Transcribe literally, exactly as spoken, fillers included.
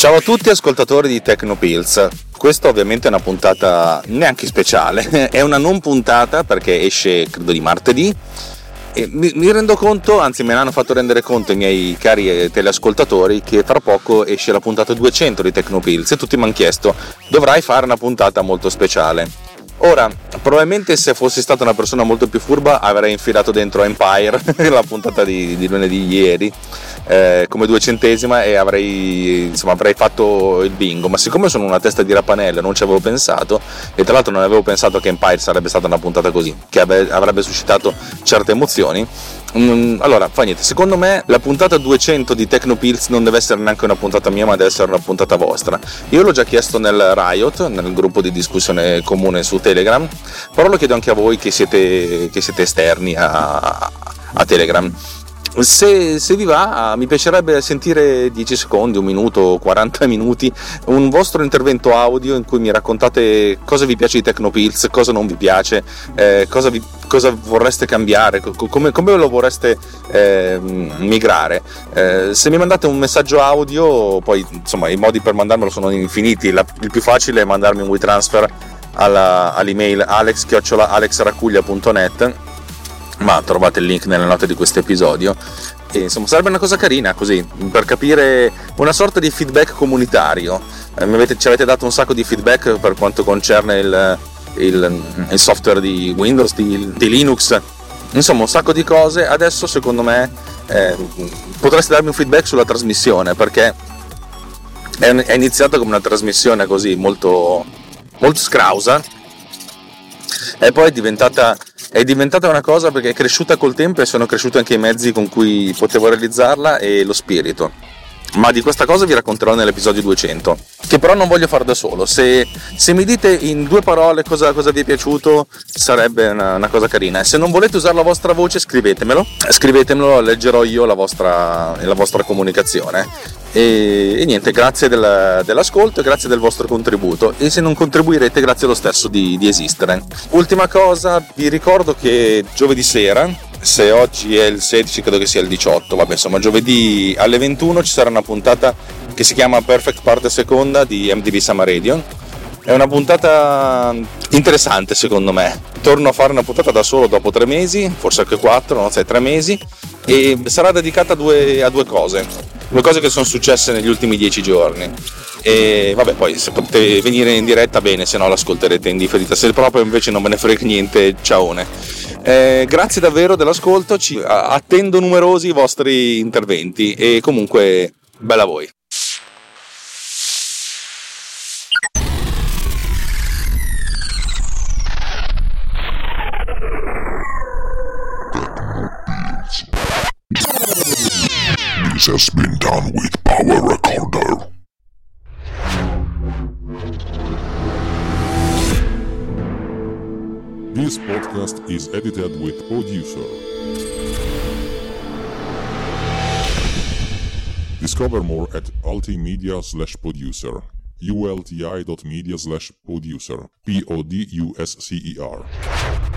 Ciao a tutti ascoltatori di Tecnopills. Questa ovviamente è una puntata neanche speciale, è una non puntata perché esce credo di martedì e mi, mi rendo conto, anzi me l'hanno fatto rendere conto i miei cari teleascoltatori, che tra poco esce la puntata duecento di Tecnopills e tutti mi hanno chiesto: dovrai fare una puntata molto speciale. Ora, probabilmente se fossi stata una persona molto più furba avrei infilato dentro Empire, la puntata di, di lunedì ieri, eh, come duecentesima, e avrei, insomma, avrei fatto il bingo. Ma siccome sono una testa di rapanello non ci avevo pensato, e tra l'altro non avevo pensato che Empire sarebbe stata una puntata così, che avrebbe suscitato certe emozioni. Mm, allora, fa niente, secondo me la puntata duecento di Tecnopills non deve essere neanche una puntata mia, ma deve essere una puntata vostra. Io l'ho già chiesto nel Riot, nel gruppo di discussione comune su Telegram, però lo chiedo anche a voi che siete, che siete esterni a, a Telegram. Se, se vi va, mi piacerebbe sentire dieci secondi, un minuto, quaranta minuti, un vostro intervento audio in cui mi raccontate cosa vi piace di Tecnopills, cosa non vi piace, eh, cosa, vi, cosa vorreste cambiare, come, come lo vorreste eh, migrare. Eh, se mi mandate un messaggio audio, poi insomma i modi per mandarmelo sono infiniti. La, il più facile è mandarmi un WeTransfer alla, all'email alex chiocciola alexracuglia punto net, ma trovate il link nelle note di questo episodio. E insomma sarebbe una cosa carina, così, per capire, una sorta di feedback comunitario. Eh, mi avete, ci avete dato un sacco di feedback per quanto concerne il, il, il software di Windows, di, di Linux, insomma un sacco di cose. Adesso secondo me eh, potreste darmi un feedback sulla trasmissione, perché è, è iniziata come una trasmissione così molto, molto scrausa, e poi è diventata è diventata una cosa perché è cresciuta col tempo, e sono cresciuti anche i mezzi con cui potevo realizzarla e lo spirito. Ma di questa cosa vi racconterò nell'episodio duecento, che però non voglio fare da solo. Se, se mi dite in due parole cosa, cosa vi è piaciuto, sarebbe una, una cosa carina. E se non volete usare la vostra voce, scrivetemelo scrivetemelo, leggerò io la vostra, la vostra comunicazione. E, e niente, grazie del, dell'ascolto e grazie del vostro contributo, e se non contribuirete, grazie lo stesso di, di esistere. Ultima cosa, vi ricordo che giovedì sera, se oggi è il sedici, credo che sia il diciotto, vabbè, insomma giovedì alle ventuno ci sarà una puntata che si chiama Perfect Parte Seconda di M D B Summer Radio. È una puntata interessante secondo me. Torno a fare una puntata da solo dopo tre mesi, forse anche quattro, non so, tre mesi, e sarà dedicata a due, a due cose, due cose che sono successe negli ultimi dieci giorni. E vabbè, poi se potete venire in diretta bene, se no l'ascolterete in differita, se proprio invece non me ne frega niente, ciaone. Eh, grazie davvero dell'ascolto, ci attendo numerosi i vostri interventi, e comunque bella a voi. This has been done with Power Recorder. This podcast is edited with Producer. Discover more at ultimedia slash producer. ulti dot media slash producer. P O D U S C E R.